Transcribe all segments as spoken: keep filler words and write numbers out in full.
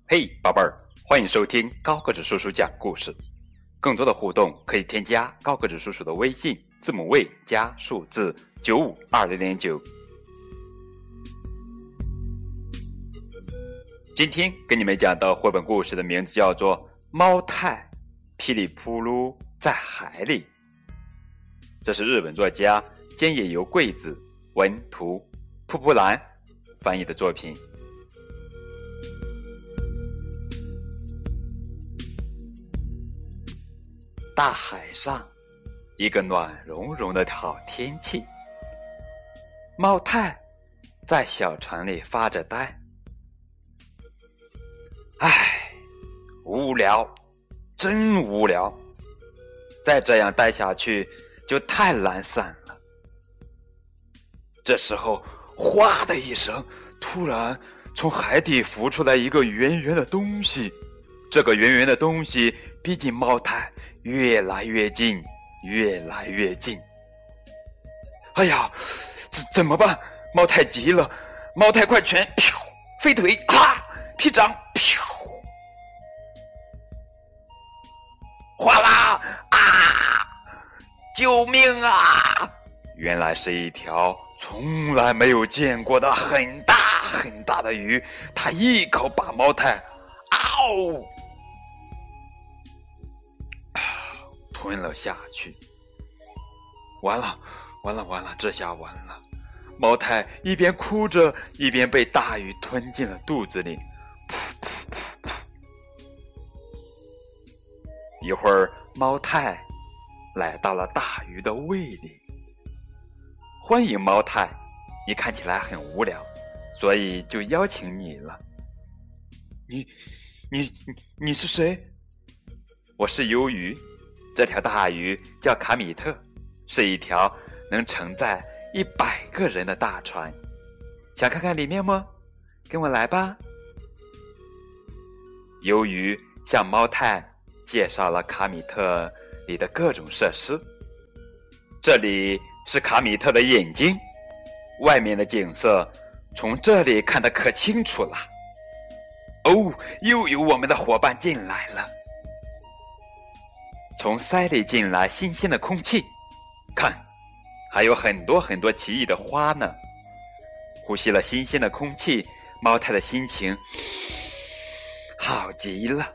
嘿，宝贝儿，欢迎收听高个子叔叔讲故事。更多的互动可以添加高个子叔叔的微信，字母 V 加数字九五二零零九。今天给你们讲的绘本故事的名字叫做《猫太噼里扑噜在海里》，这是日本作家菅野由贵子文图瀑布兰翻译的作品。大海上，一个暖融融的好天气。猫太在小船里发着呆。唉，无聊，真无聊。再这样待下去，就太懒散了。这时候，哗的一声，突然从海底浮出来一个圆圆的东西。这个圆圆的东西逼近猫太，越来越近，越来越近。哎呀，怎怎么办？猫太急了，猫太快拳，噗，飞腿，啊，劈掌，噗，哗啦，啊！救命啊！原来是一条从来没有见过的很大很大的鱼，它一口把猫太，嗷！吞了下去。完了完了完了，这下完了。猫太一边哭着，一边被大鱼吞进了肚子里。噗噗噗噗。一会儿，猫太来到了大鱼的胃里。欢迎猫太，你看起来很无聊，所以就邀请你了。你你你你是谁？我是鱿鱼。这条大鱼叫卡米特，是一条能承载一百个人的大船。想看看里面吗？跟我来吧。鱿鱼向猫太介绍了卡米特里的各种设施。这里是卡米特的眼睛，外面的景色从这里看得可清楚了。哦，又有我们的伙伴进来了。从鳃里进来新鲜的空气，看，还有很多很多奇异的花呢。呼吸了新鲜的空气，猫太的心情好极了。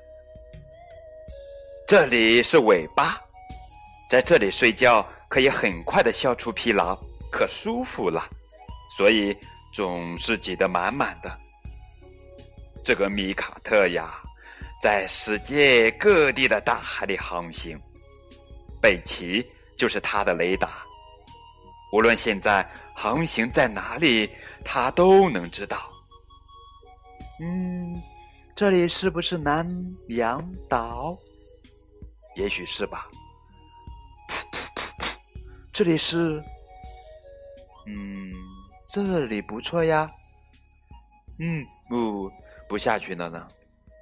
这里是尾巴，在这里睡觉可以很快的消除疲劳，可舒服了，所以总是挤得满满的。这个米卡特呀，在世界各地的大海里航行，北极就是它的雷达。无论现在航行在哪里，它都能知道。嗯，这里是不是南洋岛？也许是吧。噗噗噗噗，这里是……嗯，这里不错呀。嗯，不，不下去了呢。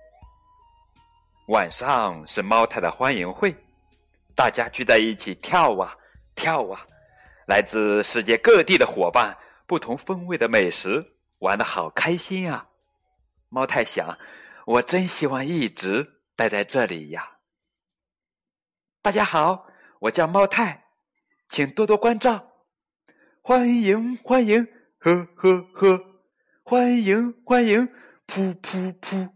晚上是猫太的欢迎会，大家聚在一起跳啊跳啊，来自世界各地的伙伴，不同风味的美食，玩得好开心啊！猫太想，我真希望一直待在这里呀。大家好，我叫猫太，请多多关照。欢迎欢迎，呵呵呵，欢迎欢迎，噗噗噗。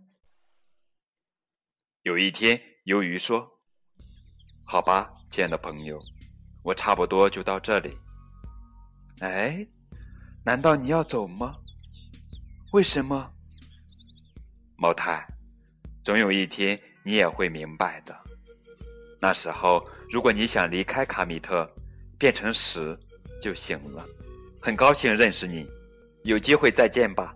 有一天，鱿鱼说：“好吧，亲爱的朋友，我差不多就到这里。”哎，难道你要走吗？为什么？猫太，总有一天你也会明白的。那时候，如果你想离开卡米特，变成屎就行了。很高兴认识你，有机会再见吧。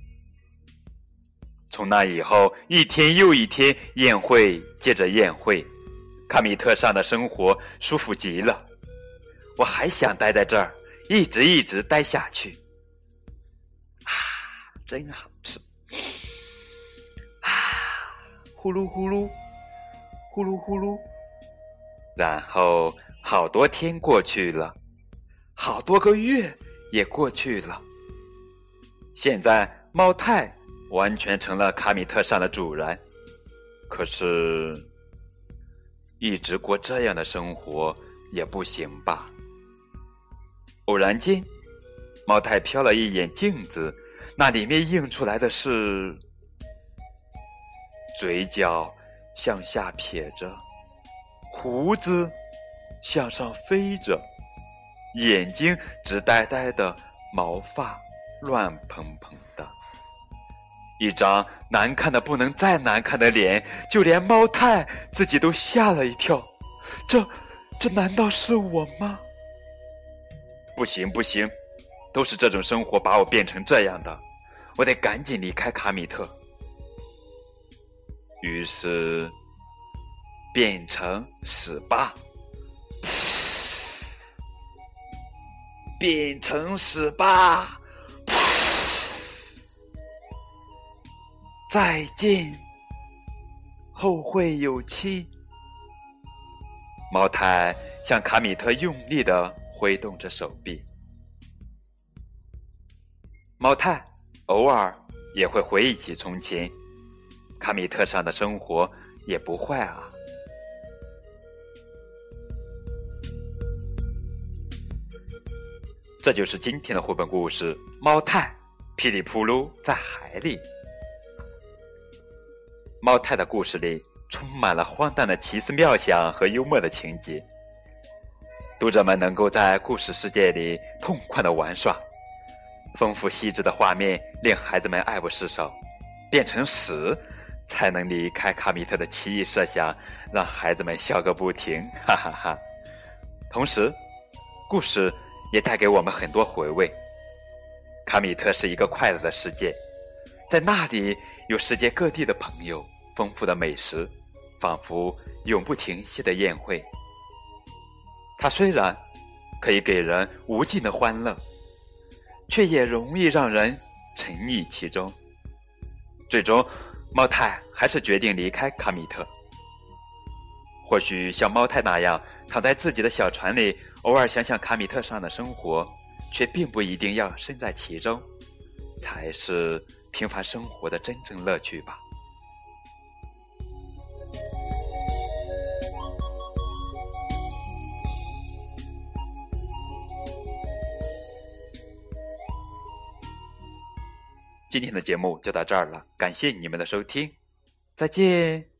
从那以后，一天又一天，宴会接着宴会，卡米特上的生活舒服极了。我还想待在这儿，一直一直待下去。啊，真好吃！啊，呼噜呼噜，呼噜呼噜。然后好多天过去了，好多个月也过去了。现在猫太完全成了卡米特上的主人。可是，一直过这样的生活也不行吧？偶然间，猫太瞟了一眼镜子，那里面映出来的是嘴角向下撇着，胡子向上飞着，眼睛直呆呆的，毛发乱蓬蓬的，一张难看的不能再难看的脸，就连猫太自己都吓了一跳。这这难道是我吗？不行不行，都是这种生活把我变成这样的，我得赶紧离开卡米特。于是变成屎吧，变成屎吧，再见，后会有期。猫太向卡米特用力地挥动着手臂。猫太偶尔也会回忆起从前，卡米特上的生活也不坏啊。这就是今天的绘本故事《猫太噼里扑噜在海里》。猫太的故事里充满了荒诞的奇思妙想和幽默的情节，读者们能够在故事世界里痛快地玩耍，丰富细致的画面令孩子们爱不释手，变成屎才能离开卡米特的奇异设想让孩子们笑个不停，哈哈哈。同时故事也带给我们很多回味。卡米特是一个快乐的世界，在那里有世界各地的朋友，丰富的美食，仿佛永不停息的宴会。它虽然可以给人无尽的欢乐，却也容易让人沉溺其中。最终猫太还是决定离开卡米特。或许像猫太那样躺在自己的小船里，偶尔想想卡米特上的生活，却并不一定要身在其中，才是平凡生活的真正乐趣吧。今天的节目就到这儿了，感谢你们的收听，再见。